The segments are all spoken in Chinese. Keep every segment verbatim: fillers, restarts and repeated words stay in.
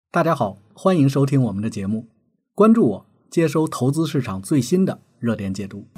大家好，欢迎收听我们的节目，关注我，接收投资市场最新的热点解读。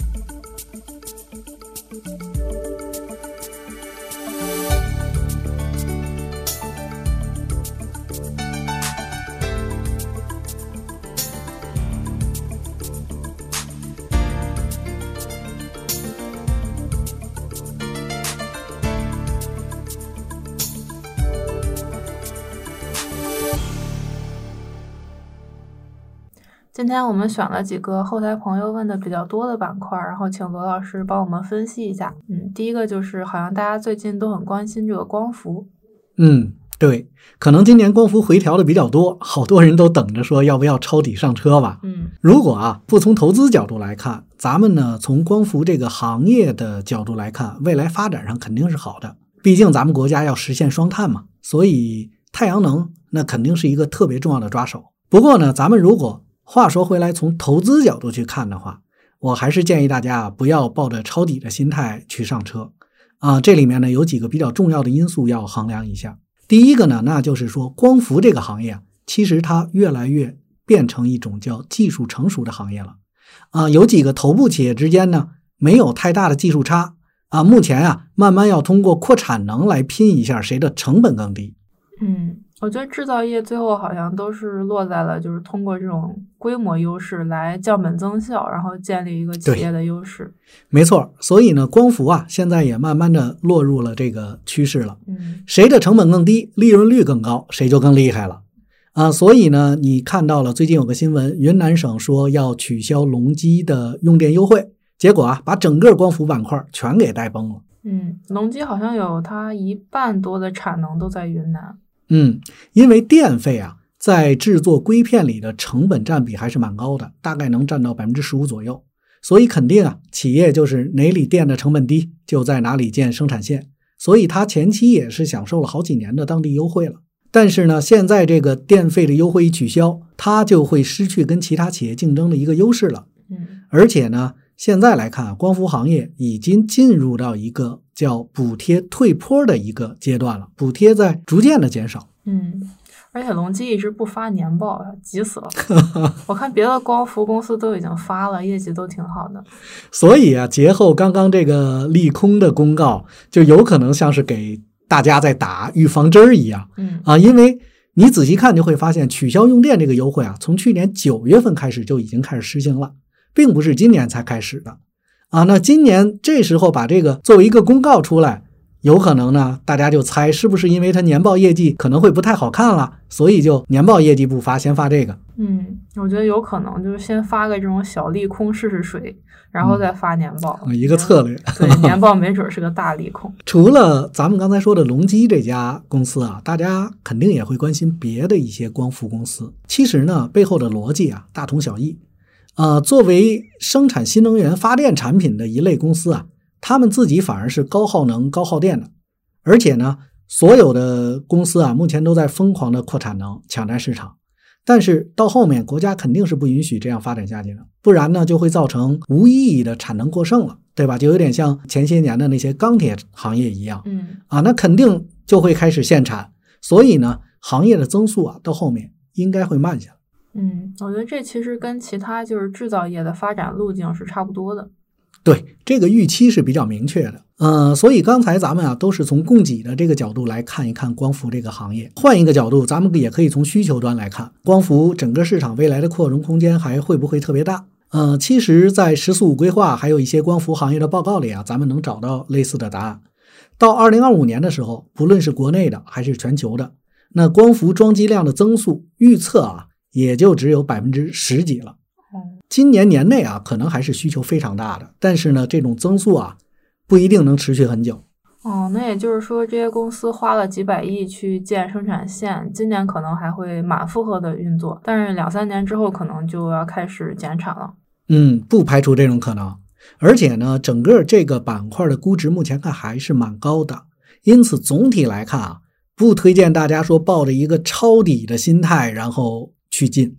今天我们选了几个后台朋友问的比较多的板块，然后请罗老师帮我们分析一下。嗯，第一个就是好像大家最近都很关心这个光伏。 嗯，对，可能今年光伏回调的比较多，好多人都等着说要不要抄底上车吧。 嗯， 如果啊不从投资角度来看，咱们呢从光伏这个行业的角度来看，未来发展上肯定是好的。毕竟咱们国家要实现双碳嘛，所以太阳能那肯定是一个特别重要的抓手。不过呢，咱们如果话说回来，从投资角度去看的话，我还是建议大家不要抱着抄底的心态去上车啊。这里面呢有几个比较重要的因素要衡量一下。第一个呢，那就是说光伏这个行业啊，其实它越来越变成一种叫技术成熟的行业了啊。有几个头部企业之间呢没有太大的技术差啊，目前啊慢慢要通过扩产能来拼一下谁的成本更低。 嗯。我觉得制造业最后好像都是落在了就是通过这种规模优势来降本增效，然后建立一个企业的优势。 没错，所以呢光伏啊现在也慢慢的落入了这个趋势了。 嗯， 谁的成本更低，利润率更高，谁就更厉害了啊。所以呢你看到了最近有个新闻，云南省说要取消隆基的用电优惠，结果啊把整个光伏板块全给带崩了。 嗯，隆基好像有它一半多的产能都在云南。 嗯，因为电费啊，在制作硅片里的成本占比还是蛮高的，大概能占到 百分之十五 左右。所以肯定啊，企业就是哪里电的成本低，就在哪里建生产线。所以它前期也是享受了好几年的当地优惠了。但是呢，现在这个电费的优惠一取消，它就会失去跟其他企业竞争的一个优势了。 嗯， 而且呢，现在来看，光伏行业已经进入到一个叫补贴退坡的一个阶段了，补贴在逐渐的减少。 嗯，而且隆基一直不发年报，急死了。我看别的光伏公司都已经发了，业绩都挺好的。 所以啊，节后刚刚这个利空的公告，就有可能像是给大家在打预防针一样。 嗯啊，因为你仔细看就会发现，取消用电这个优惠啊，从去年九月份开始就已经开始实行了，并不是今年才开始的。啊，那今年这时候把这个作为一个公告出来，有可能呢，大家就猜是不是因为它年报业绩可能会不太好看了，所以就年报业绩不发，先发这个。 嗯，我觉得有可能就是先发个这种小利空试试水，然后再发年报。 嗯、一个策略。 对，年报没准是个大利空。 除了咱们刚才说的隆基这家公司啊，大家肯定也会关心别的一些光伏公司。其实呢，背后的逻辑啊，大同小异。呃，作为生产新能源发电产品的一类公司啊，他们自己反而是高耗能、高耗电的，而且呢，所有的公司啊，目前都在疯狂的扩产能、抢占市场。但是到后面，国家肯定是不允许这样发展下去的，不然呢，就会造成无意义的产能过剩了，对吧？就有点像前些年的那些钢铁行业一样， 嗯啊，那肯定就会开始限产，所以呢，行业的增速啊，到后面应该会慢下来。 嗯，我觉得这其实跟其他就是制造业的发展路径是差不多的。 对，这个预期是比较明确的。呃，所以刚才咱们啊都是从供给的这个角度来看一看光伏这个行业。换一个角度，咱们也可以从需求端来看，光伏整个市场未来的扩容空间还会不会特别大？呃，其实在十四五规划还有一些光伏行业的报告里啊，咱们能找到类似的答案。到二零二五年的时候，不论是国内的还是全球的，那光伏装机量的增速预测啊也就只有百分之十几了。今年年内啊，可能还是需求非常大的，但是呢，这种增速啊，不一定能持续很久。 哦，那也就是说，这些公司花了几百亿去建生产线，今年可能还会满负荷的运作，但是两三年之后可能就要开始减产了。 嗯，不排除这种可能。而且呢，整个这个板块的估值目前看还是蛮高的，因此总体来看啊，不推荐大家说抱着一个抄底的心态然后去进。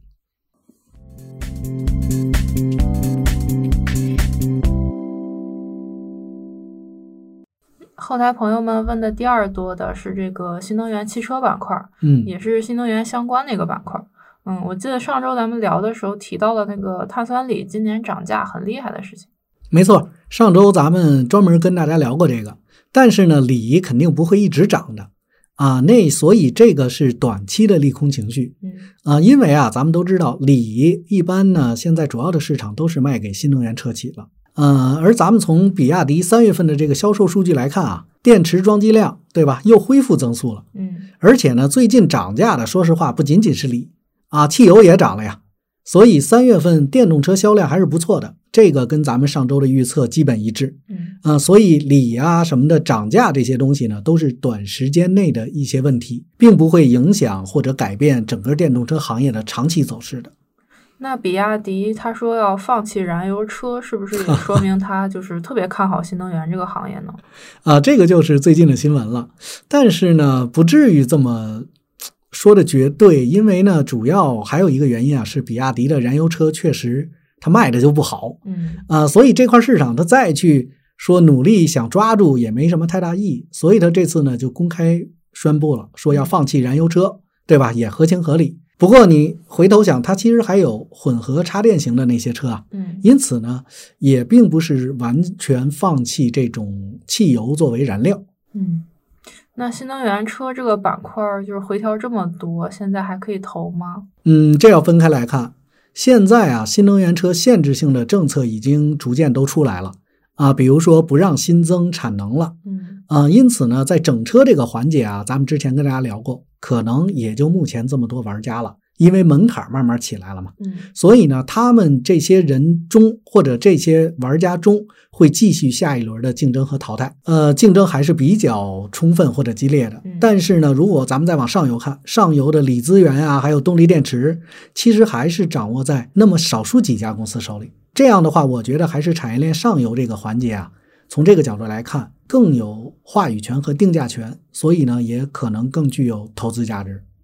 后台朋友们问的第二多的是这个新能源汽车板块， 嗯， 也是新能源相关的一个板块。嗯，我记得上周咱们聊的时候提到了那个碳酸锂今年涨价很厉害的事情。 没错，上周咱们专门跟大家聊过这个，但是呢，锂肯定不会一直涨的啊，那所以这个是短期的利空情绪。 嗯啊，因为啊，咱们都知道锂一般呢，现在主要的市场都是卖给新能源车企了。呃，而咱们从比亚迪三月份的这个销售数据来看啊，电池装机量，对吧，又恢复增速了。 嗯， 而且呢，最近涨价的，说实话，不仅仅是锂啊，汽油也涨了呀。所以三月份电动车销量还是不错的，这个跟咱们上周的预测基本一致。 嗯， 呃，所以锂啊什么的涨价这些东西呢，都是短时间内的一些问题，并不会影响或者改变整个电动车行业的长期走势的。 那比亚迪他说要放弃燃油车，是不是也说明他就是特别看好新能源这个行业呢？ 啊，这个就是最近的新闻了。但是呢，不至于这么说的绝对，因为呢，主要还有一个原因啊，是比亚迪的燃油车确实它卖的就不好。 嗯， 啊，所以这块市场它再去说努力想抓住也没什么太大意义。所以他这次呢就公开宣布了，说要放弃燃油车，对吧？也合情合理。不过你回头想，它其实还有混合插电型的那些车啊， 嗯， 因此呢，也并不是完全放弃这种汽油作为燃料。 嗯，那新能源车这个板块就是回调这么多，现在还可以投吗？ 嗯，这要分开来看。现在啊，新能源车限制性的政策已经逐渐都出来了啊，比如说不让新增产能了。 嗯， 啊，因此呢，在整车这个环节啊，咱们之前跟大家聊过，可能也就目前这么多玩家了，因为门槛慢慢起来了嘛。 嗯， 所以呢，他们这些人中或者这些玩家中会继续下一轮的竞争和淘汰。呃，竞争还是比较充分或者激烈的。 嗯， 但是呢，如果咱们再往上游看，上游的锂资源啊，还有动力电池，其实还是掌握在那么少数几家公司手里。这样的话，我觉得还是产业链上游这个环节啊，从这个角度来看，更有话语权和定价权，所以呢，也可能更具有投资价值。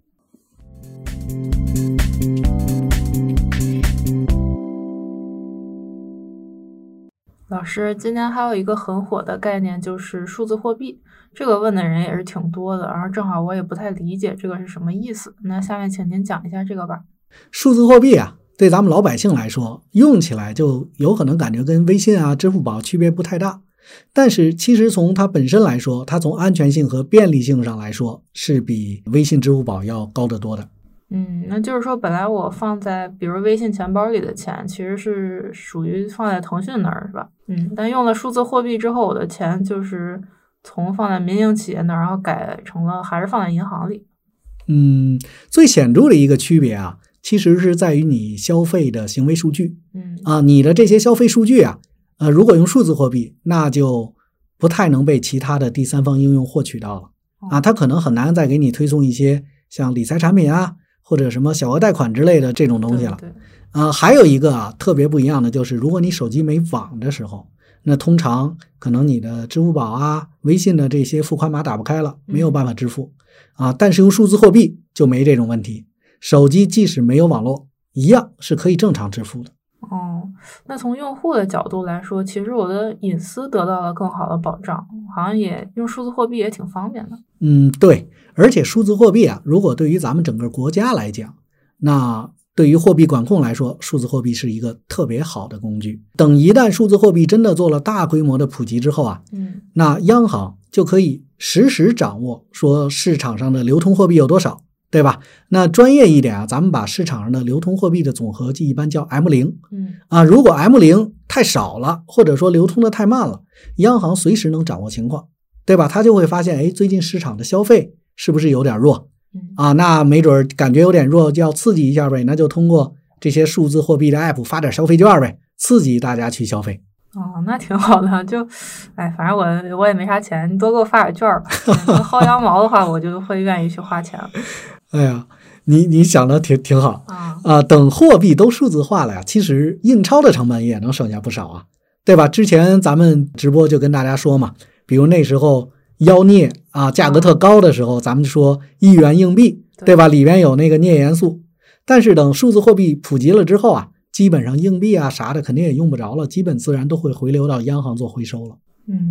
老师，今天还有一个很火的概念，就是数字货币。这个问的人也是挺多的，然后正好我也不太理解这个是什么意思。那下面请您讲一下这个吧。 数字货币啊，对咱们老百姓来说，用起来就有可能感觉跟微信啊、支付宝区别不太大。但是其实从它本身来说，它从安全性和便利性上来说，是比微信、支付宝要高得多的。 嗯，那就是说，本来我放在比如微信钱包里的钱，其实是属于放在腾讯那儿，是吧？嗯，但用了数字货币之后，我的钱就是从放在民营企业那儿，然后改成了还是放在银行里。 嗯，最显著的一个区别啊，其实是在于你消费的行为数据。 嗯啊，你的这些消费数据啊，呃，如果用数字货币，那就不太能被其他的第三方应用获取到了啊，它可能很难再给你推送一些像理财产品啊，或者什么小额贷款之类的这种东西了。 对对啊，还有一个啊特别不一样的就是，如果你手机没网的时候，那通常可能你的支付宝啊、微信的这些付款码打不开了，没有办法支付啊。但是用数字货币就没这种问题，手机即使没有网络，一样是可以正常支付的。 哦，那从用户的角度来说，其实我的隐私得到了更好的保障，好像也用数字货币也挺方便的。 嗯，对，而且数字货币啊，如果对于咱们整个国家来讲，那对于货币管控来说，数字货币是一个特别好的工具。等一旦数字货币真的做了大规模的普及之后啊， 嗯， 那央行就可以实时掌握说市场上的流通货币有多少，对吧？那专业一点啊，咱们把市场上的流通货币的总和一般叫 M 零。 嗯啊，如果 M 零 太少了，或者说流通的太慢了，央行随时能掌握情况，对吧？他就会发现，哎，最近市场的消费是不是有点弱？啊，那没准感觉有点弱，就要刺激一下呗，那就通过这些数字货币的 app 发点消费券呗，刺激大家去消费。 哦，那挺好的。就，哎，反正我我也没啥钱，你多给我发点券吧。能薅羊毛的话，我就会愿意去花钱。 哎呀，你你想的挺挺好啊啊！等货币都数字化了呀，其实印钞的成本也能省下不少啊，对吧？之前咱们直播就跟大家说嘛，比如那时候妖镍啊价格特高的时候，咱们就说一元硬币，对吧？里边有那个镍元素。但是等数字货币普及了之后啊，基本上硬币啊啥的肯定也用不着了，基本自然都会回流到央行做回收了。 嗯，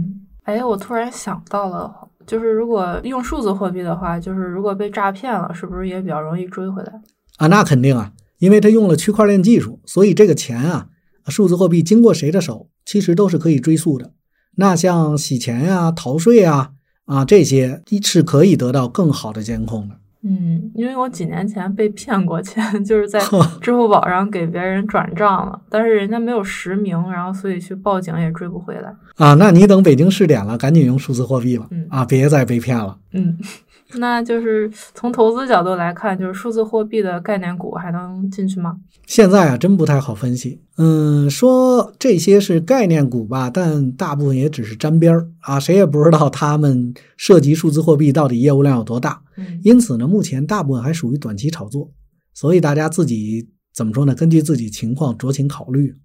哎，我突然想到了，就是如果用数字货币的话，就是如果被诈骗了，是不是也比较容易追回来啊？那肯定啊，因为它用了区块链技术，所以这个钱啊，数字货币经过谁的手，其实都是可以追溯的。那像洗钱呀、逃税呀啊这些是可以得到更好的监控的。 嗯，因为我几年前被骗过钱，就是在支付宝上给别人转账了，但是人家没有实名，然后所以去报警也追不回来啊。那你等北京试点了，赶紧用数字货币了、 嗯、 啊，别再被骗了。 嗯，那就是从投资角度来看，就是数字货币的概念股还能进去吗？ 现在啊，真不太好分析。嗯，说这些是概念股吧，但大部分也只是沾边儿啊，谁也不知道他们涉及数字货币到底业务量有多大。 嗯， 因此呢，目前大部分还属于短期炒作，所以大家自己怎么说呢？根据自己情况酌情考虑。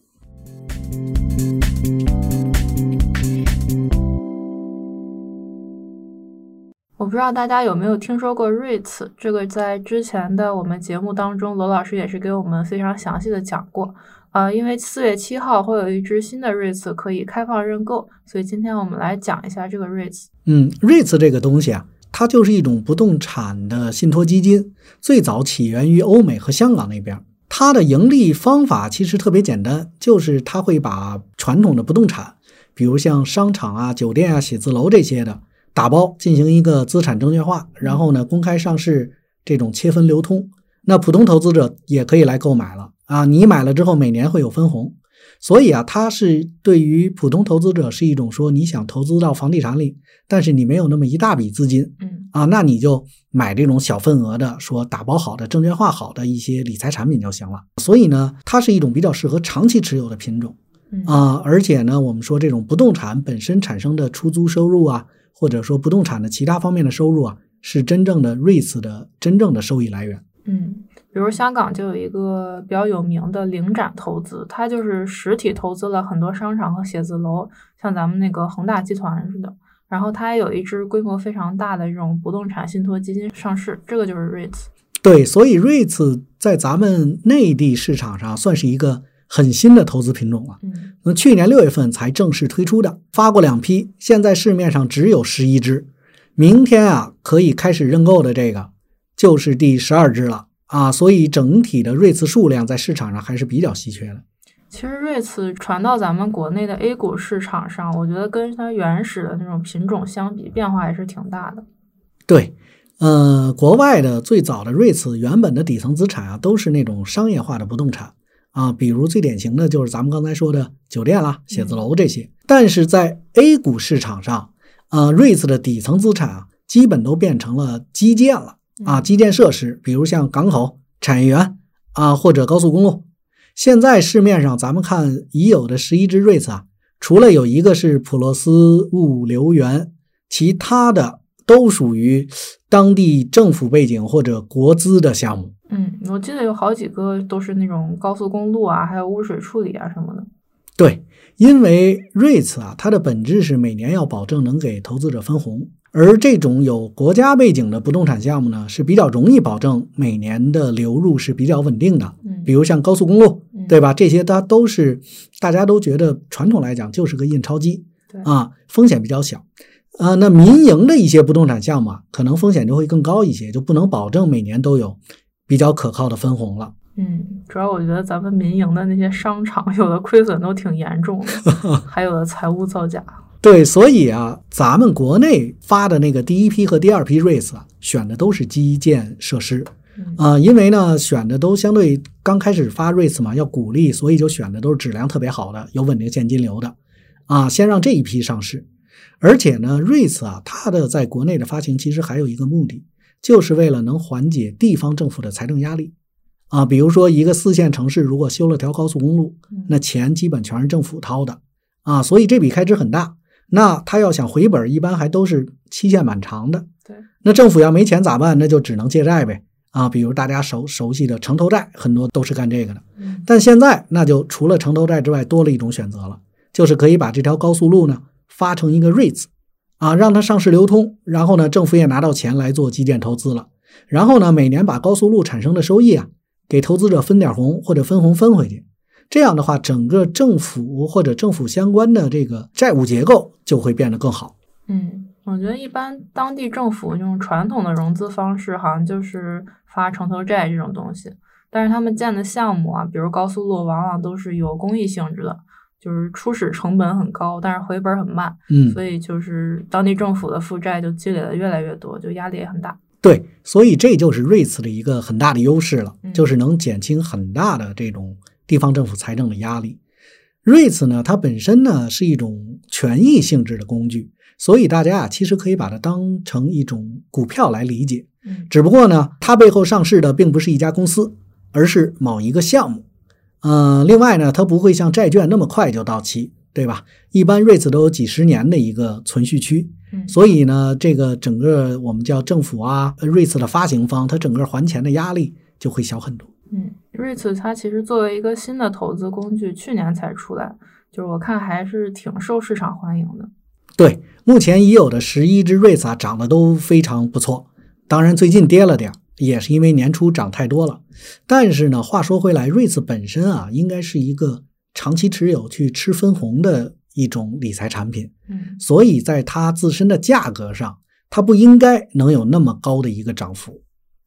我不知道大家有没有听说过 REITs， 这个在之前的我们节目当中，罗老师也是给我们非常详细的讲过。呃，因为四月七号会有一支新的 REITs 可以开放认购，所以今天我们来讲一下这个 REITs。 嗯 ，REITs 这个东西啊，它就是一种不动产的信托基金，最早起源于欧美和香港那边。它的盈利方法其实特别简单，就是它会把传统的不动产，比如像商场啊、酒店啊、写字楼这些的，打包进行一个资产证券化，然后呢公开上市，这种切分流通。那普通投资者也可以来购买了啊，你买了之后每年会有分红。所以啊，它是对于普通投资者是一种说你想投资到房地产里，但是你没有那么一大笔资金， 嗯啊，那你就买这种小份额的，说打包好的、证券化好的一些理财产品就行了。所以呢，它是一种比较适合长期持有的品种啊，而且呢，我们说这种不动产本身产生的出租收入啊，或者说不动产的其他方面的收入啊，是真正的 REITs 的真正的收益来源。 嗯，比如香港就有一个比较有名的领展投资，它就是实体投资了很多商场和写字楼，像咱们那个恒大集团似的。然后它也有一支规模非常大的这种不动产信托基金上市，这个就是 REITs。 对，所以 REITs 在咱们内地市场上算是一个很新的投资品种了。 嗯， 那去年六月份才正式推出的，发过两批，现在市面上只有十一只。明天啊，可以开始认购的这个就是第十二只了啊，所以整体的 REITs 数量在市场上还是比较稀缺的。 其实 REITs 传到咱们国内的 A 股市场上，我觉得跟它原始的那种品种相比，变化还是挺大的。 对，呃，国外的最早的 REITs 原本的底层资产啊，都是那种商业化的不动产啊，比如最典型的就是咱们刚才说的酒店啦、写字楼这些。嗯、但是在 A 股市场上，呃 REITs 的底层资产啊，基本都变成了基建了啊，基建设施，比如像港口、产业园啊，或者高速公路。现在市面上咱们看已有的十一只 REITs 啊，除了有一个是普洛斯物流园，其他的都属于当地政府背景或者国资的项目。 嗯，我记得有好几个都是那种高速公路啊，还有污水处理啊什么的。 对，因为 REITs 啊，它的本质是每年要保证能给投资者分红，而这种有国家背景的不动产项目呢，是比较容易保证每年的流入是比较稳定的。 嗯， 比如像高速公路， 嗯、 对吧？这些它都是大家都觉得传统来讲就是个印钞机， 对啊，风险比较小。啊，那民营的一些不动产项目啊，可能风险就会更高一些，就不能保证每年都有比较可靠的分红了。 嗯，主要我觉得咱们民营的那些商场有的亏损都挺严重的，还有的财务造假。 对，所以啊，咱们国内发的那个第一批和第二批 REITs 啊，选的都是基建设施啊、呃，因为呢选的都相对刚开始发 REITs 嘛，要鼓励，所以就选的都是质量特别好的，有稳定现金流的啊，先让这一批上市。而且呢 REITs 啊，它的在国内的发行其实还有一个目的，就是为了能缓解地方政府的财政压力啊。比如说一个四线城市如果修了条高速公路，那钱基本全是政府掏的啊，所以这笔开支很大。那他要想回本，一般还都是期限蛮长的。 对， 那政府要没钱咋办？那就只能借债呗啊。比如大家熟熟悉的城投债，很多都是干这个的。 嗯、 但现在那就除了城投债之外，多了一种选择了，就是可以把这条高速路呢发成一个 REITs 啊，让它上市流通，然后呢政府也拿到钱来做基建投资了，然后呢每年把高速路产生的收益啊给投资者分点红或者分红分回去。 这样的话，整个政府或者政府相关的这个债务结构就会变得更好。 嗯，我觉得一般当地政府这种传统的融资方式好像就是发城投债这种东西，但是他们建的项目啊，比如高速路往往都是有公益性质的，就是初始成本很高，但是回本很慢， 嗯， 所以就是当地政府的负债就积累的越来越多，就压力也很大。 对，所以这就是瑞慈的一个很大的优势了， 嗯、 就是能减轻很大的这种地方政府财政的压力。瑞慈呢，它本身呢是一种权益性质的工具，所以大家啊其实可以把它当成一种股票来理解。 嗯， 只不过呢，它背后上市的并不是一家公司，而是某一个项目。呃，另外呢，它不会像债券那么快就到期，对吧？一般瑞慈都有几十年的一个存续期。 嗯， 所以呢，这个整个我们叫政府啊，瑞慈的发行方，它整个还钱的压力就会小很多。 嗯，瑞慈它其实作为一个新的投资工具，去年才出来，就是我看还是挺受市场欢迎的。 对，目前已有的十一只瑞慈啊，涨得都非常不错。当然最近跌了点，也是因为年初涨太多了。但是呢，话说回来，瑞慈本身啊，应该是一个长期持有去吃分红的一种理财产品， 嗯， 所以在它自身的价格上，它不应该能有那么高的一个涨幅。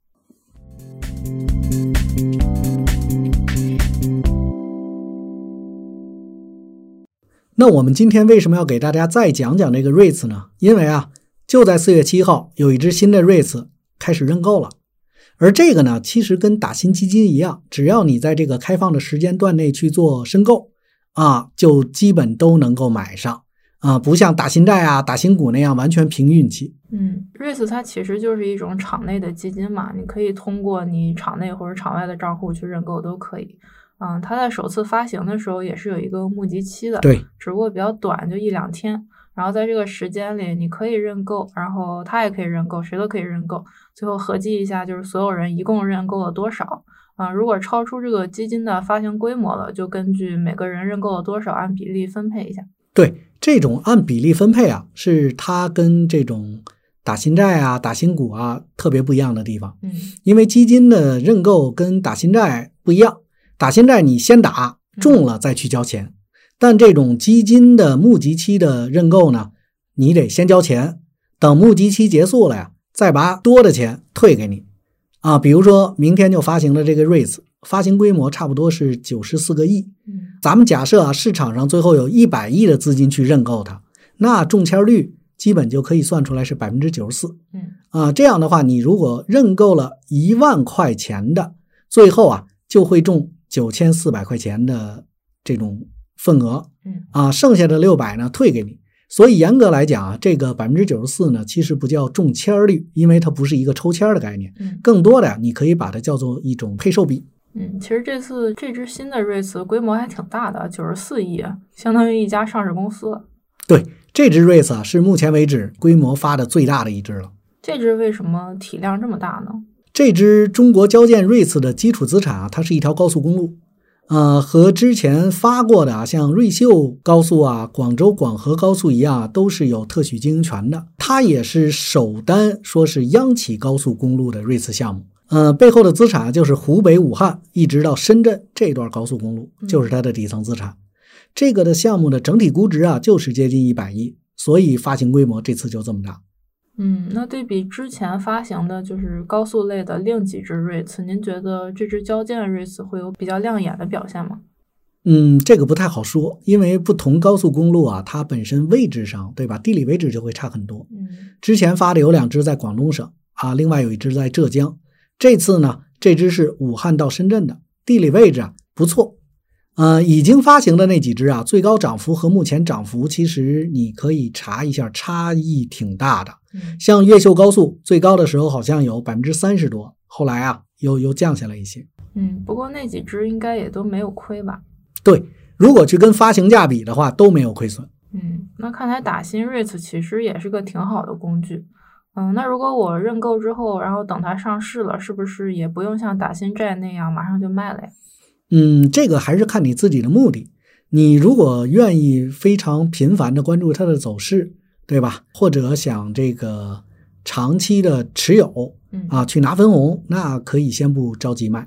那我们今天为什么要给大家再讲讲这个瑞慈呢？因为啊，就在四月七号，有一只新的瑞慈开始认购了。而这个呢，其实跟打新基金一样，只要你在这个开放的时间段内去做申购啊，就基本都能够买上啊，不像打新债啊、打新股那样完全凭运气。 嗯，瑞慈它其实就是一种场内的基金嘛，你可以通过你场内或者场外的账户去认购都可以。嗯，它在首次发行的时候也是有一个募集期的， 对， 只不过比较短，就一两天。然后在这个时间里，你可以认购，然后他也可以认购，谁都可以认购。最后合计一下，就是所有人一共认购了多少。嗯，如果超出这个基金的发行规模了，就根据每个人认购了多少，按比例分配一下。 对，这种按比例分配啊，是它跟这种打新债啊、打新股啊特别不一样的地方。 嗯， 因为基金的认购跟打新债不一样，打新债你先打中了再去交钱。嗯，但这种基金的募集期的认购呢，你得先交钱，等募集期结束了呀，再把多的钱退给你啊。比如说明天就发行了这个瑞慈，发行规模差不多是九十四个亿。 嗯， 咱们假设啊，市场上最后有一百亿的资金去认购它，那中签率基本就可以算出来是 百分之九十四。 嗯， 啊，这样的话，你如果认购了一万块钱的，最后啊就会中九千四百块钱的这种份额。 嗯， 啊，剩下的六百呢退给你。所以严格来讲啊，这个 百分之九十四 呢，其实不叫中签率，因为它不是一个抽签的概念。 嗯， 更多的呀，你可以把它叫做一种配售比。 嗯，其实这次这支新的瑞慈规模还挺大的，九十四亿，相当于一家上市公司了。 对，这支瑞慈啊是目前为止规模发的最大的一支了。 这支为什么体量这么大呢？ 这支中国交建瑞慈的基础资产啊，它是一条高速公路。呃，和之前发过的啊，像瑞秀高速啊、广州广河高速一样，都是有特许经营权的。它也是首单说是央企高速公路的瑞慈项目。呃，背后的资产就是湖北武汉一直到深圳这段高速公路，就是它的底层资产。嗯、这个的项目的整体估值啊，就是接近一百亿，所以发行规模这次就这么大。 嗯，那对比之前发行的就是高速类的另几支瑞慈，您觉得这支交建瑞慈会有比较亮眼的表现吗？ 嗯，这个不太好说，因为不同高速公路啊，它本身位置上，对吧？地理位置就会差很多。 嗯， 之前发的有两支在广东省啊，另外有一支在浙江。这次呢，这支是武汉到深圳的，地理位置啊不错。呃，已经发行的那几支啊，最高涨幅和目前涨幅，其实你可以查一下，差异挺大的。 嗯、 像越秀高速最高的时候好像有 百分之三十 多，后来啊又又降下来一些。 嗯，不过那几支应该也都没有亏吧？ 对，如果去跟发行价比的话，都没有亏损。 嗯，那看来打新瑞慈其实也是个挺好的工具。嗯，那如果我认购之后，然后等它上市了，是不是也不用像打新债那样马上就卖了呀？ 嗯，这个还是看你自己的目的。你如果愿意非常频繁的关注它的走势，对吧？或者想这个长期的持有啊，去拿分红，那可以先不着急卖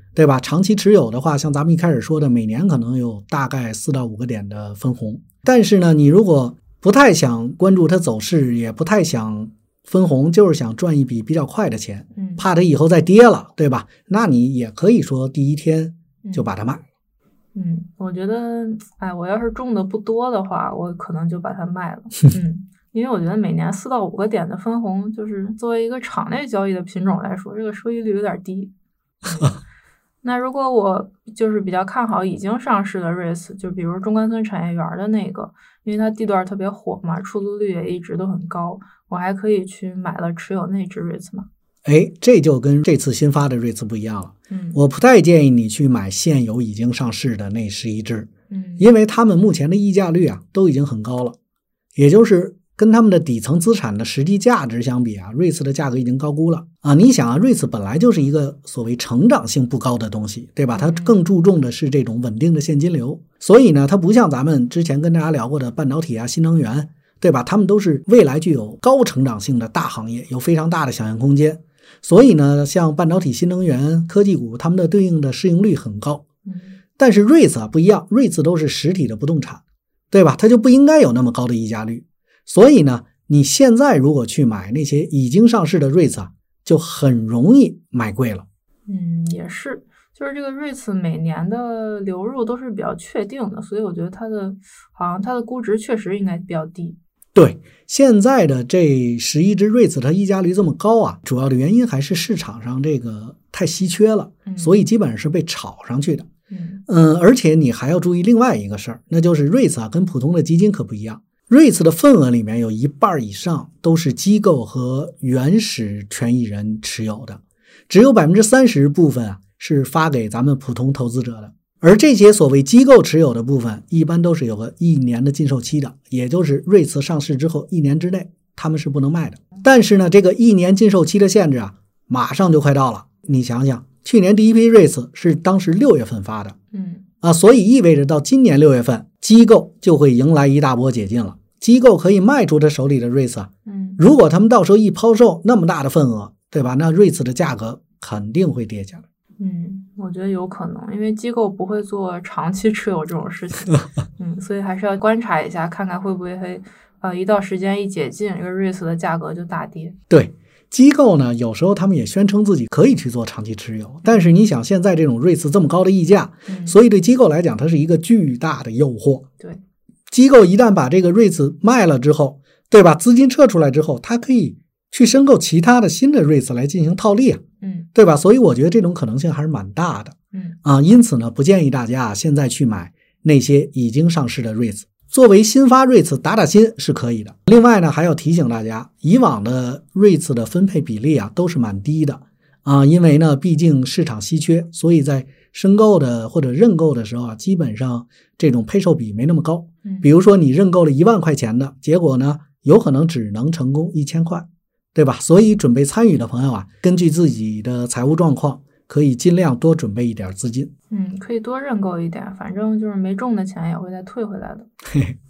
对吧？长期持有的话，像咱们一开始说的，每年可能有大概四到五个点的分红。但是呢，你如果不太想关注它走势，也不太想分红，就是想赚一笔比较快的钱， 嗯， 怕它以后再跌了，对吧？那你也可以说第一天就把它卖。 嗯，我觉得，哎，我要是中的不多的话，我可能就把它卖了。嗯，因为我觉得每年四到五个点的分红，就是作为一个场内交易的品种来说，这个收益率有点低。嗯那如果我就是比较看好已经上市的 REITs， 就比如中关村产业园的那个，因为它地段特别火嘛，出租率也一直都很高，我还可以去买了持有那只 REITs 嘛。 哎，这就跟这次新发的 REITs 不一样了。 嗯， 我不太建议你去买现有已经上市的那十一只， 嗯， 因为他们目前的溢价率啊都已经很高了，也就是跟他们的底层资产的实际价值相比啊 ，REITs 的价格已经高估了啊。你想啊 ，REITs 本来就是一个所谓成长性不高的东西，对吧？它更注重的是这种稳定的现金流，所以呢，它不像咱们之前跟大家聊过的半导体啊、新能源，对吧？它们都是未来具有高成长性的大行业，有非常大的想象空间。所以呢，像半导体、新能源、科技股，它们的对应的市盈率很高。但是 REITs 啊不一样 ，REITs 都是实体的不动产，对吧？它就不应该有那么高的溢价率。所以呢，你现在如果去买那些已经上市的 REITs 啊，就很容易买贵了。 嗯，也是，就是这个 REITs 每年的流入都是比较确定的，所以我觉得它的好像它的估值确实应该比较低。 对，现在的这十一只 REITs 它溢价率这么高啊，主要的原因还是市场上这个太稀缺了， 嗯、 所以基本上是被炒上去的。 嗯嗯，而且你还要注意另外一个事儿，那就是 REITs 啊跟普通的基金可不一样。REITs 的份额里面有一半以上都是机构和原始权益人持有的，只有 百分之三十 部分啊是发给咱们普通投资者的。而这些所谓机构持有的部分一般都是有个一年的禁售期的，也就是 REITs 上市之后一年之内他们是不能卖的。但是呢，这个一年禁售期的限制啊马上就快到了。你想想，去年第一批 REITs 是当时六月份发的， 嗯啊，所以意味着到今年六月份机构就会迎来一大波解禁了。机构可以卖出他手里的 REITs 啊， 嗯， 如果他们到时候一抛售那么大的份额，对吧？那 REITs 的价格肯定会跌下来。 嗯，我觉得有可能，因为机构不会做长期持有这种事情，嗯，所以还是要观察一下，看看会不会会呃一到时间一解禁，这个 REITs 的价格就大跌。 对，机构呢，有时候他们也宣称自己可以去做长期持有，但是你想现在这种 REITs 这么高的溢价， 嗯、 所以对机构来讲，它是一个巨大的诱惑。 对。 机构一旦把这个 REITs 卖了之后，对吧？资金撤出来之后，它可以去申购其他的新的 REITs 来进行套利啊， 嗯， 对吧？所以我觉得这种可能性还是蛮大的， 嗯啊，因此呢，不建议大家现在去买那些已经上市的 REITs。作为新发 REITs 打打新是可以的。另外呢，还要提醒大家，以往的 REITs 的分配比例啊都是蛮低的啊，因为呢，毕竟市场稀缺，所以在申购的或者认购的时候啊，基本上这种配售比没那么高。比如说你认购了一万块钱的，结果呢，有可能只能成功一千块，对吧？所以准备参与的朋友啊，根据自己的财务状况，可以尽量多准备一点资金。 嗯，可以多认购一点，反正就是没中的钱也会再退回来的。 嘿嘿。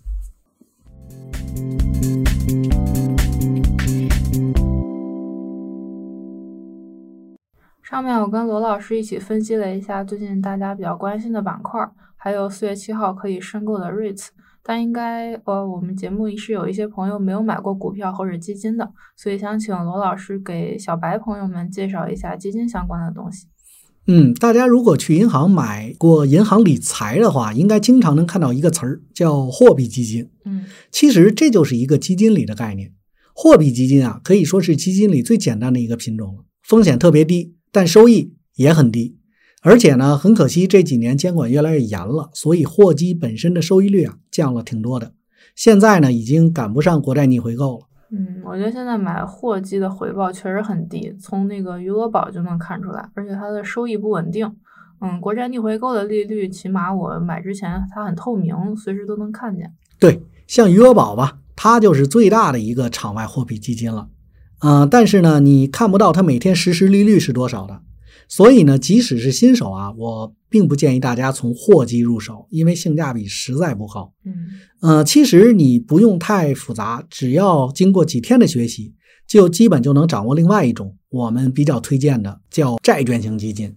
上面我跟罗老师一起分析了一下最近大家比较关心的板块，还有四月七号可以申购的 REITs， 但应该呃我们节目是有一些朋友没有买过股票或者基金的，所以想请罗老师给小白朋友们介绍一下基金相关的东西。 嗯，大家如果去银行买过银行理财的话，应该经常能看到一个词儿叫货币基金。 嗯， 其实这就是一个基金里的概念。货币基金啊，可以说是基金里最简单的一个品种了，风险特别低，但收益也很低。而且呢，很可惜这几年监管越来越严了，所以货基本身的收益率啊降了挺多的。现在呢，已经赶不上国债逆回购了。 嗯，我觉得现在买货基的回报确实很低，从那个余额宝就能看出来，而且它的收益不稳定。嗯，国债逆回购的利率，起码我买之前它很透明，随时都能看见。 对，像余额宝吧，它就是最大的一个场外货币基金了。呃，但是呢，你看不到它每天实时利率是多少的。所以呢，即使是新手啊，我并不建议大家从货基入手，因为性价比实在不高。 嗯， 呃，其实你不用太复杂，只要经过几天的学习，就基本就能掌握另外一种我们比较推荐的叫债券型基金。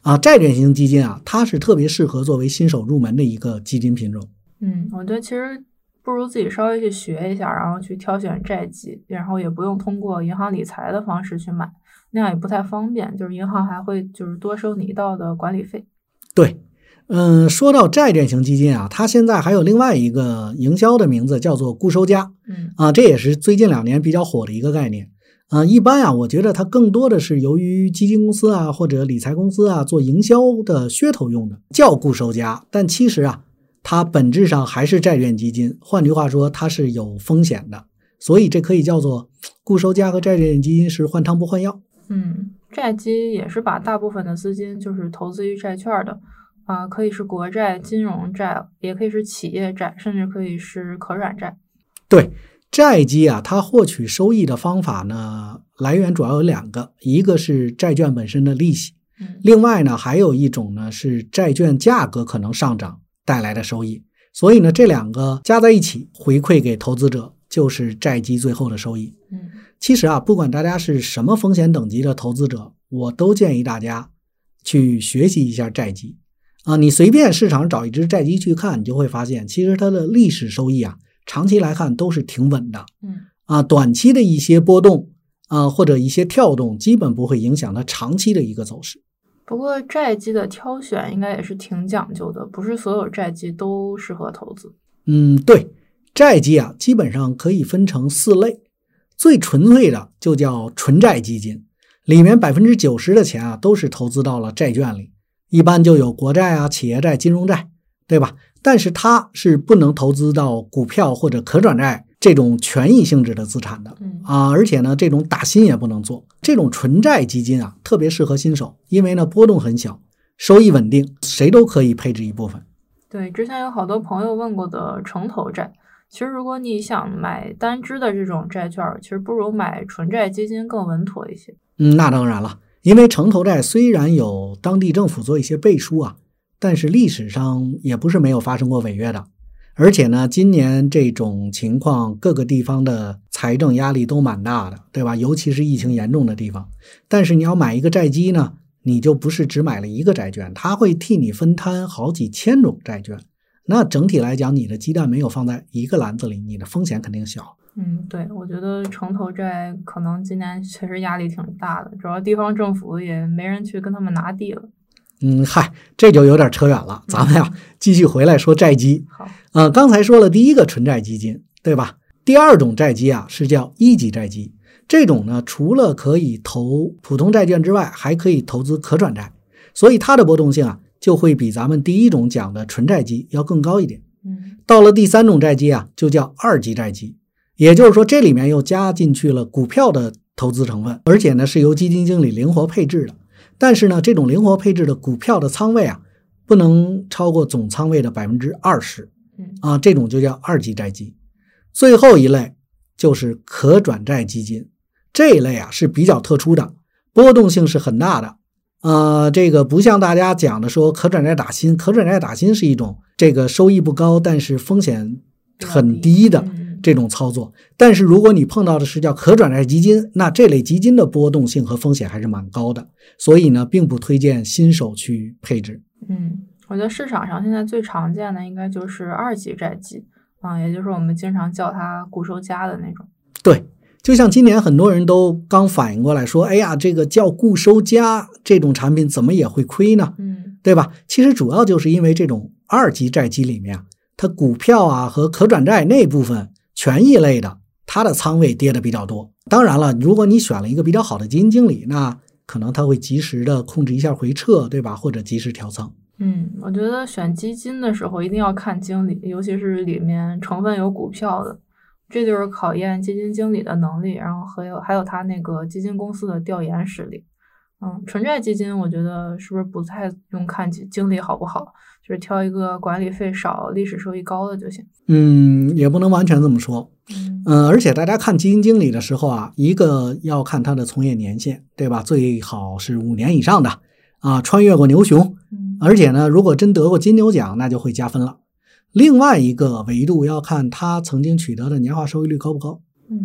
啊，债券型基金啊，它是特别适合作为新手入门的一个基金品种。 嗯，我觉得其实不如自己稍微去学一下，然后去挑选债基，然后也不用通过银行理财的方式去买，那样也不太方便，就是银行还会就是多收你一道的管理费。 对，嗯，说到债券型基金啊，它现在还有另外一个营销的名字叫做固收加， 嗯啊，这也是最近两年比较火的一个概念。啊，一般啊，我觉得它更多的是由于基金公司啊或者理财公司啊做营销的噱头用的，叫固收加，但其实啊，它本质上还是债券基金，换句话说，它是有风险的，所以这可以叫做固收加和债券基金是换汤不换药。 嗯，债基也是把大部分的资金就是投资于债券的，啊、呃，可以是国债、金融债，也可以是企业债，甚至可以是可转债。 对。债基啊，它获取收益的方法呢，来源主要有两个，一个是债券本身的利息，另外呢，还有一种呢是债券价格可能上涨带来的收益。所以呢，这两个加在一起回馈给投资者，就是债基最后的收益。 嗯， 其实啊，不管大家是什么风险等级的投资者，我都建议大家去学习一下债基啊。你随便市场找一只债基去看，你就会发现，其实它的历史收益啊，长期来看都是挺稳的， 嗯啊，短期的一些波动啊或者一些跳动，基本不会影响它长期的一个走势。 不过债基的挑选应该也是挺讲究的，不是所有债基都适合投资。 嗯，对，债基啊，基本上可以分成四类，最纯粹的就叫纯债基金，里面 百分之九十 的钱啊都是投资到了债券里，一般就有国债啊、企业债、金融债，对吧？但是它是不能投资到股票或者可转债这种权益性质的资产的啊，而且呢，这种打新也不能做。这种纯债基金啊，特别适合新手，因为呢波动很小，收益稳定，谁都可以配置一部分。 对，之前有好多朋友问过的城投债，其实如果你想买单支的这种债券，其实不如买纯债基金更稳妥一些。 嗯，那当然了，因为城投债虽然有当地政府做一些背书啊，但是历史上也不是没有发生过违约的，而且呢，今年这种情况各个地方的财政压力都蛮大的，对吧？尤其是疫情严重的地方。但是你要买一个债基呢，你就不是只买了一个债券，它会替你分摊好几千种债券。那整体来讲，你的鸡蛋没有放在一个篮子里，你的风险肯定小。 嗯，对，我觉得城投债可能今年确实压力挺大的，主要地方政府也没人去跟他们拿地了。 嗯，嗨，这就有点扯远了。咱们呀，继续回来说债基。 好， 呃，刚才说了第一个纯债基金，对吧？第二种债基啊，是叫一级债基。这种呢，除了可以投普通债券之外，还可以投资可转债，所以它的波动性啊，就会比咱们第一种讲的纯债基要更高一点。 嗯， 到了第三种债基啊，就叫二级债基，也就是说，这里面又加进去了股票的投资成分，而且呢，是由基金经理灵活配置的。但是呢，这种灵活配置的股票的仓位啊，不能超过总仓位的 百分之二十， 啊，这种就叫二级债基。最后一类就是可转债基金，这一类啊是比较特殊的，波动性是很大的。呃，这个不像大家讲的说可转债打新，可转债打新是一种这个收益不高，但是风险很低的这种操作。但是如果你碰到的是叫可转债基金，那这类基金的波动性和风险还是蛮高的，所以呢，并不推荐新手去配置。 嗯，我觉得市场上现在最常见的应该就是二级债基啊、嗯，也就是我们经常叫它固收加的那种。 对，就像今年很多人都刚反应过来说，哎呀，这个叫固收加这种产品怎么也会亏呢？ 嗯， 对吧？其实主要就是因为这种二级债基里面，它股票啊和可转债那部分权益类的，它的仓位跌的比较多。当然了，如果你选了一个比较好的基金经理，那可能他会及时的控制一下回撤，对吧？或者及时调仓。 嗯，我觉得选基金的时候一定要看经理，尤其是里面成分有股票的，这就是考验基金经理的能力，然后还有还有他那个基金公司的调研实力。嗯，纯债基金我觉得是不是不太用看经理好不好，就是挑一个管理费少、历史收益高的就行。 嗯，也不能完全这么说。 嗯， 嗯，而且大家看基金经理的时候啊，一个要看他的从业年限，对吧？最好是五年以上的啊，穿越过牛熊。 嗯， 而且呢，如果真得过金牛奖，那就会加分了。另外一个维度要看他曾经取得的年化收益率高不高。 嗯，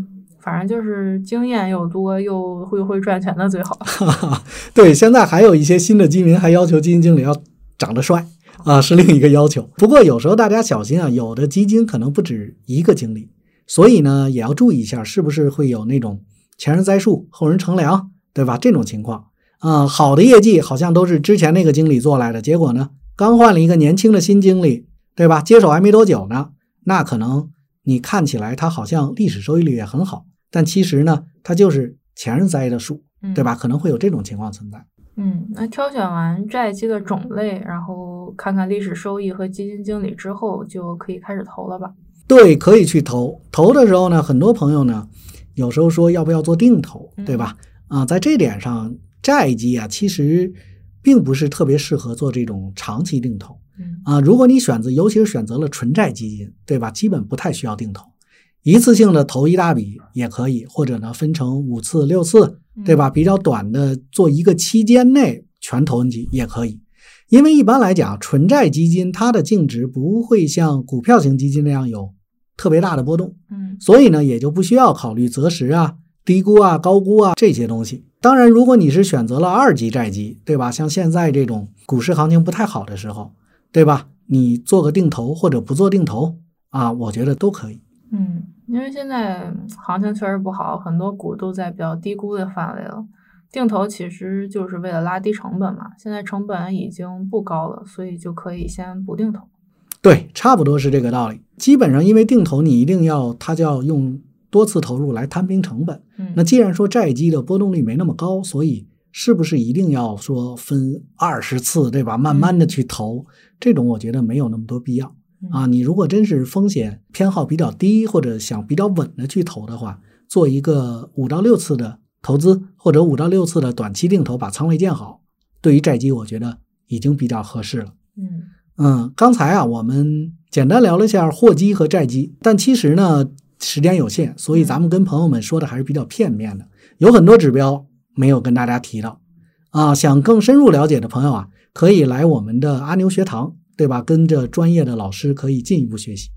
反正就是经验又多又会会赚钱的最好。 对，现在还有一些新的基民还要求基金经理要长得帅啊，是另一个要求。不过有时候大家小心啊，有的基金可能不止一个经理，所以呢也要注意一下，是不是会有那种前人栽树后人乘凉，对吧？这种情况啊、呃，好的业绩好像都是之前那个经理做来的，结果呢刚换了一个年轻的新经理，对吧？接手还没多久呢，那可能你看起来他好像历史收益率也很好，但其实呢他就是前人栽的树，对吧？可能会有这种情况存在。 嗯，那挑选完债基的种类，然后看看历史收益和基金经理之后，就可以开始投了吧？ 对，可以去投。投的时候呢，很多朋友呢有时候说要不要做定投，对吧？啊、呃，在这点上，债基啊其实并不是特别适合做这种长期定投。啊、呃，如果你选择，尤其是选择了纯债基金，对吧？基本不太需要定投，一次性的投一大笔也可以，或者呢分成五次、六次，对吧？比较短的做一个期间内全投进去也可以。因为一般来讲，纯债基金它的净值不会像股票型基金那样有特别大的波动， 嗯， 所以呢也就不需要考虑择时啊、低估啊、高估啊这些东西。当然，如果你是选择了二级债基，对吧？像现在这种股市行情不太好的时候，对吧？你做个定投或者不做定投啊，我觉得都可以。 嗯，因为现在行情确实不好，很多股都在比较低估的范围了。定投其实就是为了拉低成本嘛，现在成本已经不高了，所以就可以先不定投。 对，差不多是这个道理。基本上因为定投你一定要它就要用多次投入来摊平成本。 嗯， 那既然说债基的波动率没那么高，所以是不是一定要说分二十次，对吧？慢慢的去投，嗯、这种我觉得没有那么多必要。啊，你如果真是风险偏好比较低，或者想比较稳的去投的话，做一个五到六次的投资，或者五到六次的短期定投，把仓位建好，对于债基我觉得已经比较合适了。 嗯嗯，刚才啊我们简单聊了一下货基和债基，但其实呢时间有限，所以咱们跟朋友们说的还是比较片面的，有很多指标没有跟大家提到啊。想更深入了解的朋友啊，可以来我们的阿牛学堂，对吧？跟着专业的老师可以进一步学习。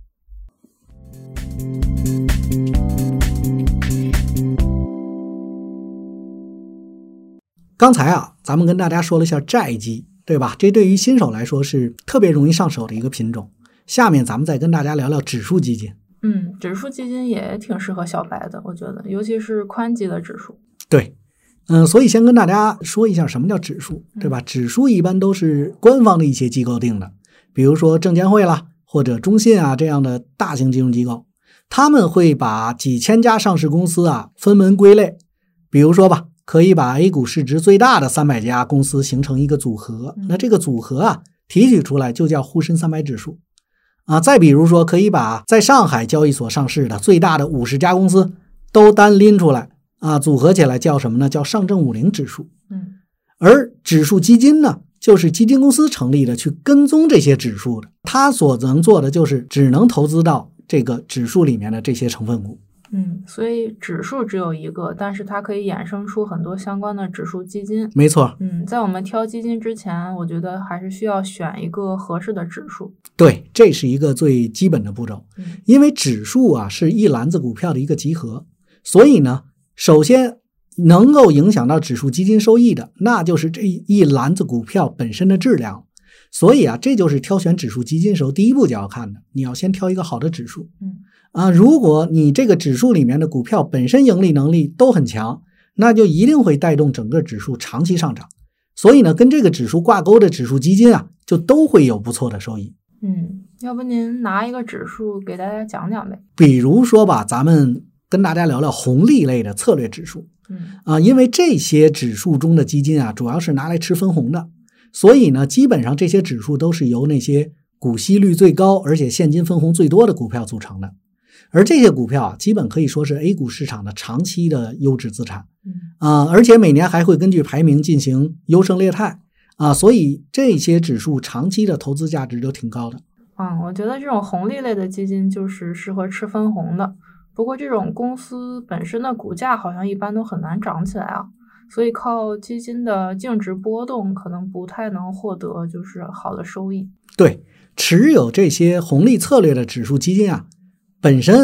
刚才啊，咱们跟大家说了一下债基，对吧？这对于新手来说是特别容易上手的一个品种。下面咱们再跟大家聊聊指数基金。 嗯，指数基金也挺适合小白的，我觉得，尤其是宽基的指数。 对，嗯，所以先跟大家说一下什么叫指数，对吧？指数一般都是官方的一些机构定的。比如说证监会啦，或者中信啊这样的大型金融机构，他们会把几千家上市公司啊分门归类。比如说吧，可以把 A 股市值最大的三百家公司形成一个组合，那这个组合啊提取出来就叫沪深三百指数啊。再比如说，可以把在上海交易所上市的最大的五十家公司都单拎出来啊，组合起来叫什么呢？叫上证五零指数。 嗯， 而指数基金呢，就是基金公司成立的，去跟踪这些指数的，它所能做的就是只能投资到这个指数里面的这些成分股。 嗯，所以指数只有一个，但是它可以衍生出很多相关的指数基金。 没错。 嗯，在我们挑基金之前，我觉得还是需要选一个合适的指数。 对，这是一个最基本的步骤。 嗯， 因为指数啊是一篮子股票的一个集合，所以呢，首先能够影响到指数基金收益的，那就是这一篮子股票本身的质量。所以啊，这就是挑选指数基金时候第一步就要看的，你要先挑一个好的指数。 嗯啊，如果你这个指数里面的股票本身盈利能力都很强，那就一定会带动整个指数长期上涨。所以呢，跟这个指数挂钩的指数基金啊，就都会有不错的收益。 嗯，要不您拿一个指数给大家讲讲呗？ 比如说吧，咱们跟大家聊聊红利类的策略指数。 嗯啊，因为这些指数中的基金啊，主要是拿来吃分红的，所以呢，基本上这些指数都是由那些股息率最高，而且现金分红最多的股票组成的。而这些股票啊，基本可以说是 A 股市场的长期的优质资产。 嗯啊，而且每年还会根据排名进行优胜劣汰啊，所以这些指数长期的投资价值就挺高的。 嗯，我觉得这种红利类的基金就是适合吃分红的。不过这种公司本身的股价好像一般都很难涨起来啊，所以靠基金的净值波动可能不太能获得就是好的收益。 对，持有这些红利策略的指数基金啊，本身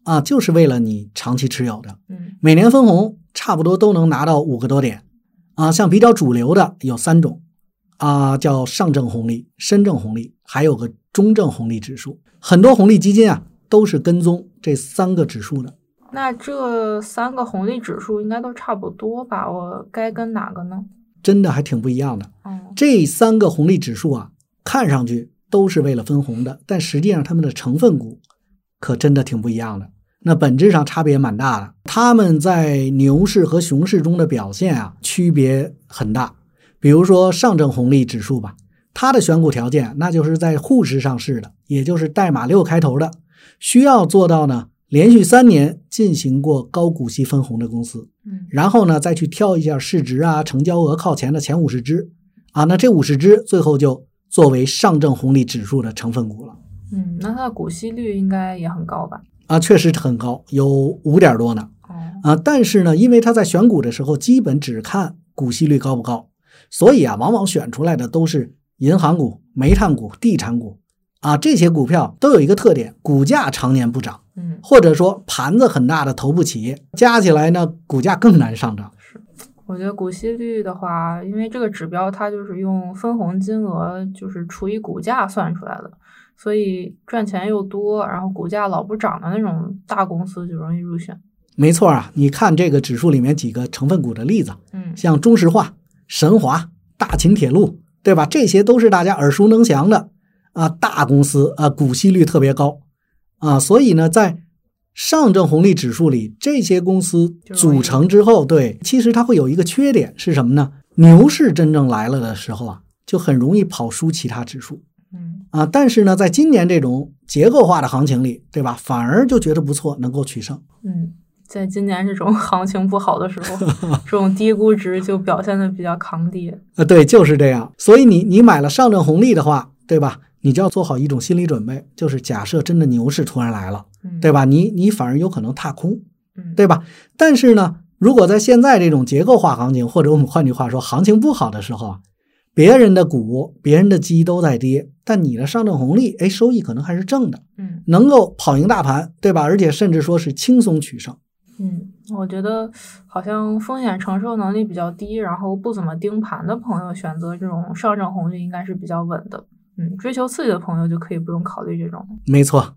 啊，就是为了你长期持有的。 嗯， 每年分红差不多都能拿到五个多点啊。像比较主流的有三种啊，叫上证红利、深证红利，还有个中证红利指数。很多红利基金啊都是跟踪这三个指数的。 那这三个红利指数应该都差不多吧？我该跟哪个呢？ 真的还挺不一样的。 嗯， 这三个红利指数啊，看上去都是为了分红的，但实际上它们的成分股可真的挺不一样的。那本质上差别蛮大的，它们在牛市和熊市中的表现啊，区别很大。比如说上证红利指数吧，它的选股条件那就是在沪市上市的，也就是代码六开头的，需要做到呢连续三年进行过高股息分红的公司， 嗯， 然后呢再去挑一下市值啊、成交额靠前的前五十只啊，那这五十只最后就作为上证红利指数的成分股了。 嗯，那它的股息率应该也很高吧？ 啊，确实很高，有五点多呢。 哦， 啊，但是呢，因为他在选股的时候基本只看股息率高不高，所以啊，往往选出来的都是银行股、煤炭股、地产股啊，这些股票都有一个特点，股价常年不涨， 嗯， 或者说盘子很大的头部企业，加起来呢，股价更难上涨。 是，我觉得股息率的话，因为这个指标它就是用分红金额就是除以股价算出来的，所以赚钱又多，然后股价老不涨的那种大公司就容易入选。 没错啊，你看这个指数里面几个成分股的例子， 嗯， 像中石化、神华、大秦铁路，对吧？这些都是大家耳熟能详的啊，大公司啊，股息率特别高啊，所以呢，在上证红利指数里，这些公司组成之后，对，其实它会有一个缺点是什么呢？牛市真正来了的时候啊，就很容易跑输其他指数。 嗯啊，但是呢，在今年这种结构化的行情里，对吧？反而就觉得不错，能够取胜。 嗯，在今年这种行情不好的时候，这种低估值就表现的比较抗跌。 呃，对，就是这样。所以你你买了上证红利的话，对吧？你就要做好一种心理准备，就是假设真的牛市突然来了， 嗯， 对吧？你你反而有可能踏空， 嗯， 对吧？但是呢，如果在现在这种结构化行情，或者我们换句话说，行情不好的时候啊，别人的股、别人的基都在跌，但你的上证红利，哎，收益可能还是正的， 嗯， 能够跑赢大盘，对吧？而且甚至说是轻松取胜。 嗯，我觉得好像风险承受能力比较低，然后不怎么盯盘的朋友选择这种上证红利应该是比较稳的。嗯，追求刺激的朋友就可以不用考虑这种。 没错。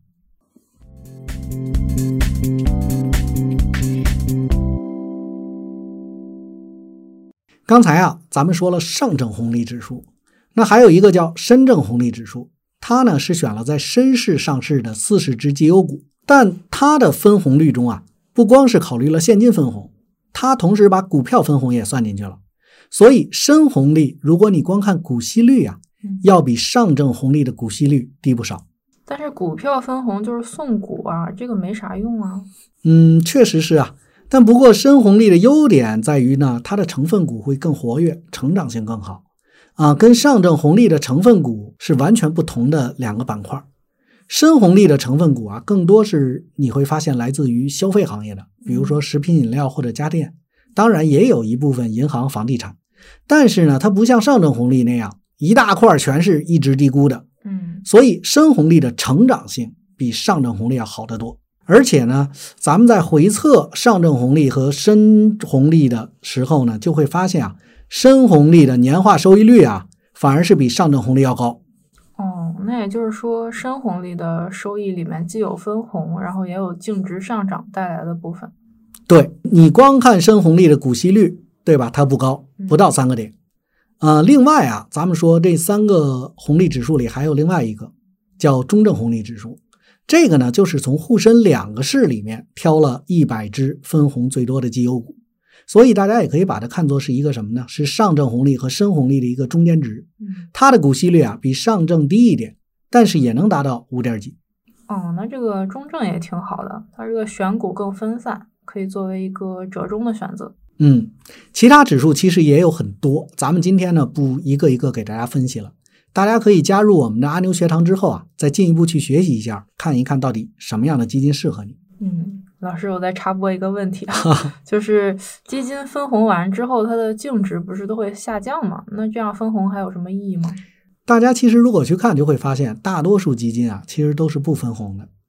刚才啊，咱们说了上证红利指数，那还有一个叫深证红利指数，它呢是选了在深市上市的四十只绩优股，但它的分红率中啊，不光是考虑了现金分红，它同时把股票分红也算进去了。所以深红利，如果你光看股息率啊，要比上证红利的股息率低不少。 但是股票分红就是送股啊，这个没啥用啊。 嗯，确实是啊。但不过深红利的优点在于呢，它的成分股会更活跃，成长性更好啊，跟上证红利的成分股是完全不同的两个板块。深红利的成分股啊，更多是你会发现来自于消费行业的，比如说食品饮料或者家电，当然也有一部分银行、房地产。但是呢，它不像上证红利那样一大块全是一直低估的， 嗯， 所以深红利的成长性比上证红利要好得多。而且呢，咱们在回测上证红利和深红利的时候呢，就会发现啊，深红利的年化收益率啊，反而是比上证红利要高。 哦，那也就是说，深红利的收益里面既有分红，然后也有净值上涨带来的部分。 对，你光看深红利的股息率，对吧？它不高，不到三个点。呃，另外啊，咱们说这三个红利指数里还有另外一个叫中证红利指数。这个呢，就是从沪深两个市里面挑了一百只分红最多的绩优股，所以大家也可以把它看作是一个什么呢？是上证红利和深红利的一个中间值。它的股息率啊比上证低一点，但是也能达到五点几。 哦，那这个中证也挺好的，它这个选股更分散，可以作为一个折中的选择。 嗯，其他指数其实也有很多，咱们今天呢不一个一个给大家分析了。大家可以加入我们的阿牛学堂之后啊，再进一步去学习一下，看一看到底什么样的基金适合你。 嗯，老师，我再插播一个问题啊，就是基金分红完之后，它的净值不是都会下降吗？那这样分红还有什么意义吗？ 大家其实如果去看，就会发现大多数基金啊，其实都是不分红的。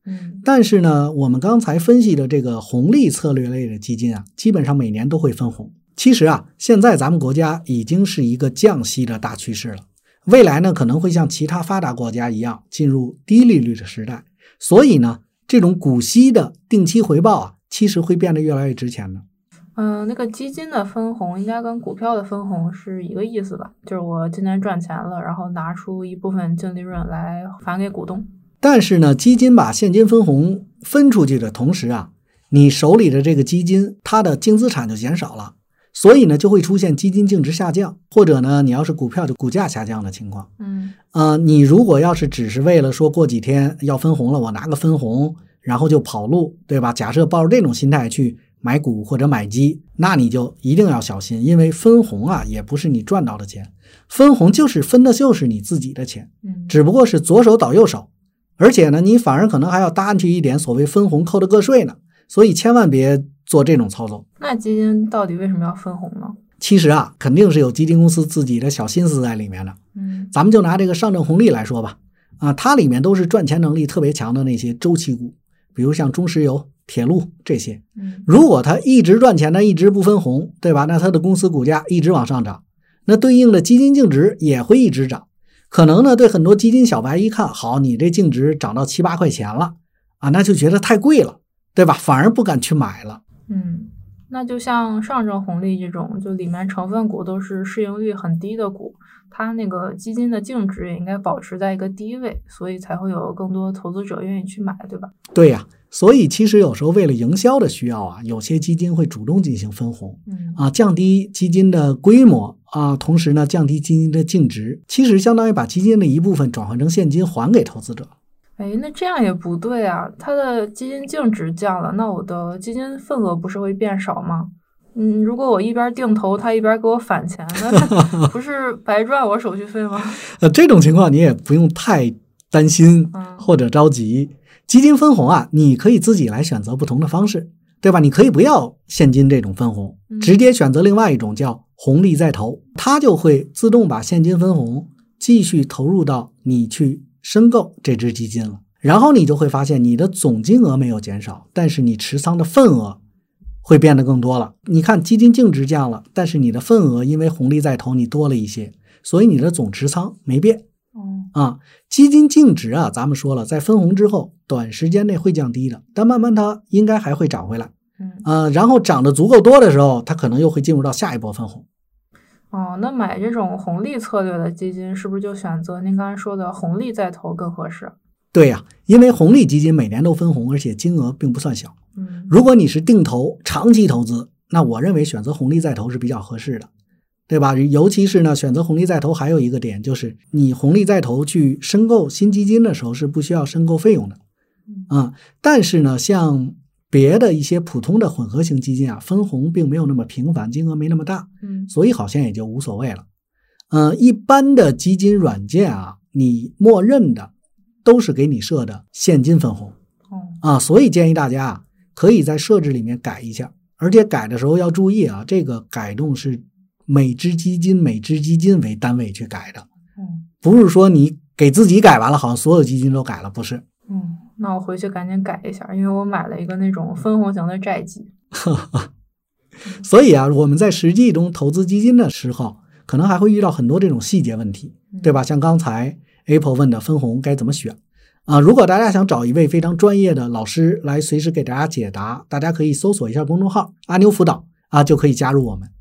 嗯， 但是呢，我们刚才分析的这个红利策略类的基金啊，基本上每年都会分红。其实啊，现在咱们国家已经是一个降息的大趋势了，未来呢可能会像其他发达国家一样进入低利率的时代，所以呢，这种股息的定期回报啊，其实会变得越来越值钱的。 嗯、呃，那个基金的分红应该跟股票的分红是一个意思吧？就是我今年赚钱了，然后拿出一部分净利润来返给股东。 但是呢，基金把现金分红分出去的同时啊，你手里的这个基金它的净资产就减少了，所以呢就会出现基金净值下降，或者呢你要是股票就股价下降的情况。 嗯， 呃，你如果要是只是为了说过几天要分红了，我拿个分红然后就跑路，对吧？假设抱着这种心态去买股或者买基，那你就一定要小心，因为分红啊也不是你赚到的钱，分红就是分的就是你自己的钱， 嗯， 只不过是左手倒右手。而且呢，你反而可能还要搭进去一点所谓分红扣的个税呢，所以千万别做这种操作。 那基金到底为什么要分红呢？ 其实啊，肯定是有基金公司自己的小心思在里面的。 嗯， 咱们就拿这个上证红利来说吧，啊，它里面都是赚钱能力特别强的那些周期股，比如像中石油、铁路这些。 嗯， 如果它一直赚钱，它一直不分红，对吧？那它的公司股价一直往上涨，那对应的基金净值也会一直涨。可能呢，对很多基金小白一看，好，你这净值涨到七八块钱了啊，那就觉得太贵了，对吧？反而不敢去买了。 嗯，那就像上证红利这种，就里面成分股都是市盈率很低的股，它那个基金的净值也应该保持在一个低位，所以才会有更多投资者愿意去买，对吧？ 对呀、啊，所以其实有时候为了营销的需要啊，有些基金会主动进行分红， 嗯啊，降低基金的规模啊，同时呢降低基金的净值，其实相当于把基金的一部分转换成现金还给投资者。 哎，那这样也不对啊，它的基金净值降了，那我的基金份额不是会变少吗？嗯，如果我一边定投，它一边给我返钱，那不是白赚我手续费吗？ 呃，这种情况你也不用太担心或者着急。嗯、基金分红啊，你可以自己来选择不同的方式，对吧？你可以不要现金这种分红，直接选择另外一种叫红利再投，它就会自动把现金分红继续投入到你去申购这只基金了。然后你就会发现你的总金额没有减少，但是你持仓的份额会变得更多了。你看基金净值降了，但是你的份额因为红利再投你多了一些，所以你的总持仓没变。 嗯啊，基金净值啊，咱们说了，在分红之后，短时间内会降低的，但慢慢它应该还会涨回来。 嗯， 呃，然后涨得足够多的时候，它可能又会进入到下一波分红。 哦，那买这种红利策略的基金，是不是就选择您刚才说的红利再投更合适？ 对呀、啊，因为红利基金每年都分红，而且金额并不算小。 嗯， 如果你是定投、长期投资，那我认为选择红利再投是比较合适的，对吧？尤其是呢，选择红利再投还有一个点就是，你红利再投去申购新基金的时候是不需要申购费用的。嗯，但是呢，像别的一些普通的混合型基金啊，分红并没有那么频繁，金额没那么大， 嗯，所以好像也就无所谓了。嗯，一般的基金软件啊，你默认的都是给你设的现金分红。啊，所以建议大家啊，可以在设置里面改一下，而且改的时候要注意啊，这个改动是每只基金每只基金为单位去改的， 嗯， 不是说你给自己改完了，好像所有基金都改了，不是。 嗯，那我回去赶紧改一下，因为我买了一个那种分红型的债基。 所以啊，我们在实际中投资基金的时候，可能还会遇到很多这种细节问题，对吧？像刚才 Apple 问的分红该怎么选啊？如果大家想找一位非常专业的老师来随时给大家解答，大家可以搜索一下公众号阿牛辅导啊，就可以加入我们。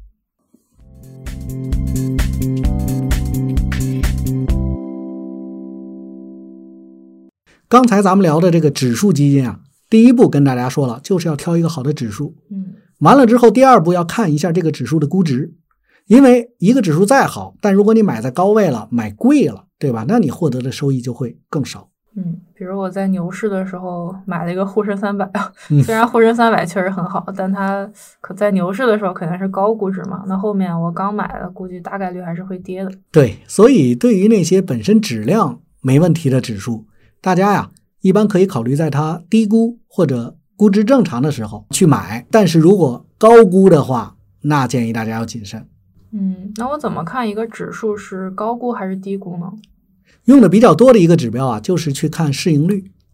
刚才咱们聊的这个指数基金啊，第一步跟大家说了，就是要挑一个好的指数。 嗯， 完了之后，第二步要看一下这个指数的估值，因为一个指数再好，但如果你买在高位了，买贵了，对吧？那你获得的收益就会更少。 嗯，比如我在牛市的时候买了一个沪深三百，虽然沪深三百确实很好，但它可在牛市的时候肯定是高估值嘛。那后面我刚买了，估计大概率还是会跌的。 对，所以对于那些本身质量没问题的指数，大家呀一般可以考虑在它低估或者估值正常的时候去买，但是如果高估的话，那建议大家要谨慎。 嗯，那我怎么看一个指数是高估还是低估呢？ 用的比较多的一个指标啊，就是去看市盈率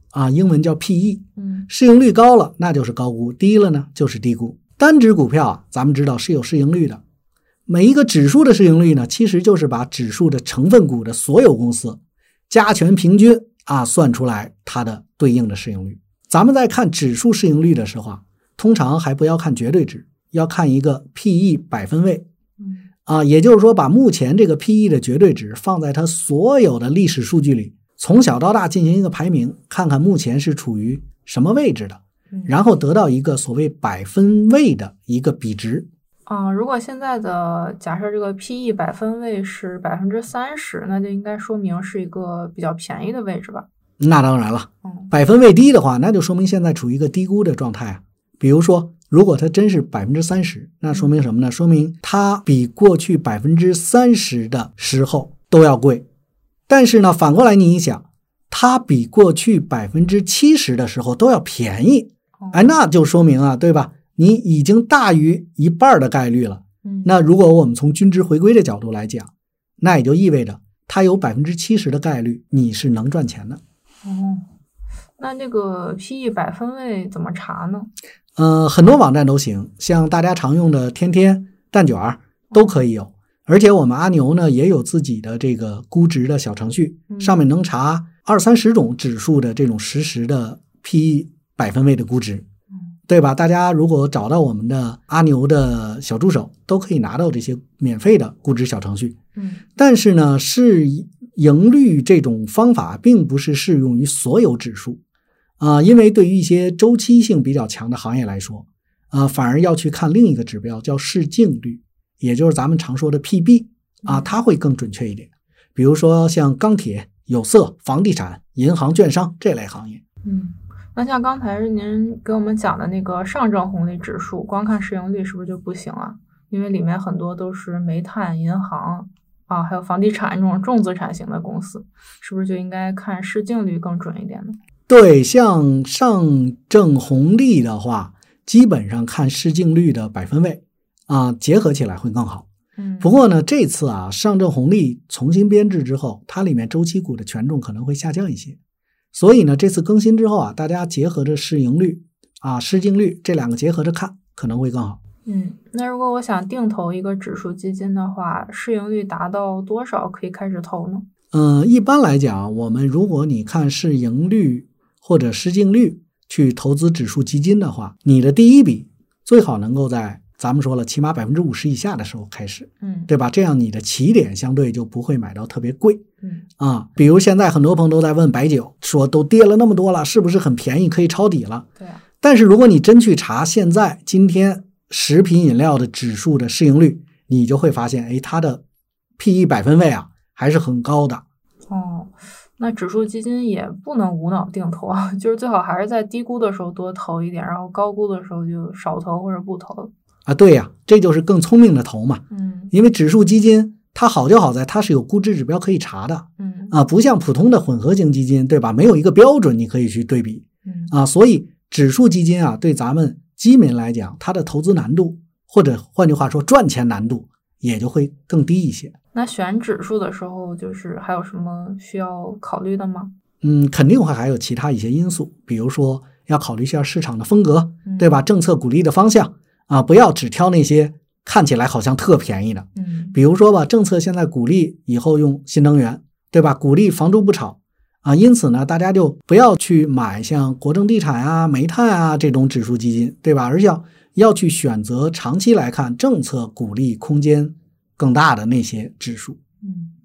啊，英文叫 P E。 嗯， 市盈率高了那就是高估，低了呢就是低估。单只股票啊，咱们知道是有市盈率的。每一个指数的市盈率呢，其实就是把指数的成分股的所有公司加权平均啊算出来它的对应的市盈率。咱们在看指数市盈率的时候啊，通常还不要看绝对值，要看一个 P E 百分位。啊，也就是说把目前这个 P E 的绝对值放在它所有的历史数据里，从小到大进行一个排名，看看目前是处于什么位置的，然后得到一个所谓百分位的一个比值。 啊，如果现在的假设这个 P E 百分位是百分之三十，那就应该说明是一个比较便宜的位置吧？ 那当然了，百分位低的话，那就说明现在处于一个低估的状态啊。比如说，如果它真是百分之三十，那说明什么呢？说明它比过去百分之三十的时候都要贵。但是呢，反过来你一想，它比过去百分之七十的时候都要便宜，哎，那就说明啊，对吧？你已经大于一半的概率了。那如果我们从均值回归的角度来讲，那也就意味着它有百分之七十的概率你是能赚钱的。 哦，那这个 P E 百分位怎么查呢？ 呃，很多网站都行，像大家常用的天天、蛋卷都可以有。而且我们阿牛呢也有自己的这个估值的小程序，上面能查二三十种指数的这种实时的 P E 百分位的估值，对吧？大家如果找到我们的阿牛的小助手，都可以拿到这些免费的估值小程序。 嗯， 但是呢，市盈率这种方法并不是适用于所有指数啊、呃，因为对于一些周期性比较强的行业来说，啊、呃，反而要去看另一个指标叫市净率，也就是咱们常说的 P B 啊，它会更准确一点。比如说像钢铁、有色、房地产、银行、券商这类行业。 嗯，那像刚才您给我们讲的那个上证红利指数，光看市盈率是不是就不行啊？因为里面很多都是煤炭、银行啊，还有房地产这种重资产型的公司，是不是就应该看市净率更准一点呢？ 对，像上证红利的话，基本上看市净率的百分位啊，结合起来会更好。 嗯， 不过呢，这次啊，上证红利重新编制之后，它里面周期股的权重可能会下降一些，所以呢，这次更新之后啊，大家结合着市盈率啊、市净率这两个结合着看，可能会更好。 嗯，那如果我想定投一个指数基金的话，市盈率达到多少可以开始投呢？ 嗯，一般来讲，我们如果你看市盈率或者市净率去投资指数基金的话，你的第一笔最好能够在咱们说了起码 百分之五十 以下的时候开始， 嗯， 对吧？这样你的起点相对就不会买到特别贵。 嗯啊，比如现在很多朋友都在问白酒，说都跌了那么多了，是不是很便宜可以抄底了？ 对啊。 但是如果你真去查现在今天食品饮料的指数的市盈率，你就会发现，哎，它的 P E 百分位啊还是很高的。 哦，那指数基金也不能无脑定投啊，就是最好还是在低估的时候多投一点，然后高估的时候就少投或者不投。 啊，对呀，这就是更聪明的投嘛。 嗯， 因为指数基金它好就好在它是有估值指标可以查的。 嗯啊，不像普通的混合型基金，对吧？没有一个标准你可以去对比。 嗯啊，所以指数基金啊，对咱们基民来讲，它的投资难度或者换句话说赚钱难度也就会更低一些。 那选指数的时候，就是还有什么需要考虑的吗？ 嗯，肯定会还有其他一些因素，比如说要考虑一下市场的风格， 嗯对吧？政策鼓励的方向啊，不要只挑那些看起来好像特便宜的。 嗯比如说吧，政策现在鼓励以后用新能源，对吧？鼓励房住不炒啊，因此呢，大家就不要去买像国政地产啊、煤炭啊这种指数基金，对吧？而要要去选择长期来看政策鼓励空间更大的那些指数。 嗯。